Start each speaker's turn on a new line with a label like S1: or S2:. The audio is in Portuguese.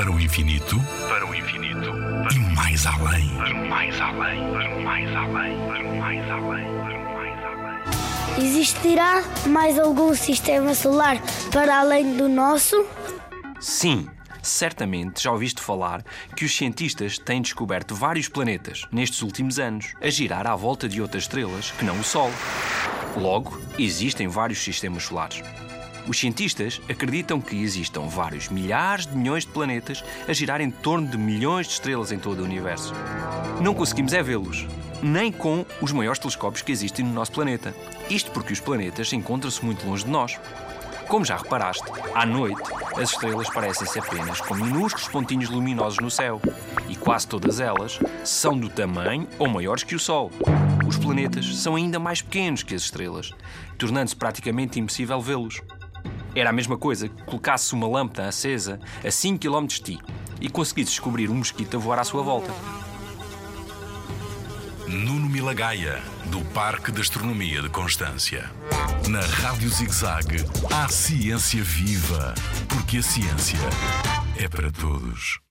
S1: Para o infinito, para o infinito, e mais além, para o mais além, para o mais além, para o mais além, para o mais além.
S2: Existirá mais algum sistema solar para além do nosso?
S3: Sim, certamente já ouviste falar que os cientistas têm descoberto vários planetas nestes últimos anos a girar à volta de outras estrelas que não o Sol. Logo, existem vários sistemas solares. Os cientistas acreditam que existam vários milhares de milhões de planetas a girar em torno de milhões de estrelas em todo o universo. Não conseguimos é vê-los, nem com os maiores telescópios que existem no nosso planeta. Isto porque os planetas encontram-se muito longe de nós. Como já reparaste, à noite as estrelas parecem-se apenas com minúsculos pontinhos luminosos no céu e quase todas elas são do tamanho ou maiores que o Sol. Os planetas são ainda mais pequenos que as estrelas, tornando-se praticamente impossível vê-los. Era a mesma coisa que colocasses uma lâmpada acesa a 5 km de ti e conseguisses descobrir um mosquito a voar à sua volta.
S1: Nuno Milagaya, do Parque de Astronomia de Constância. Na Rádio Zig-Zag, há ciência viva, porque a ciência é para todos.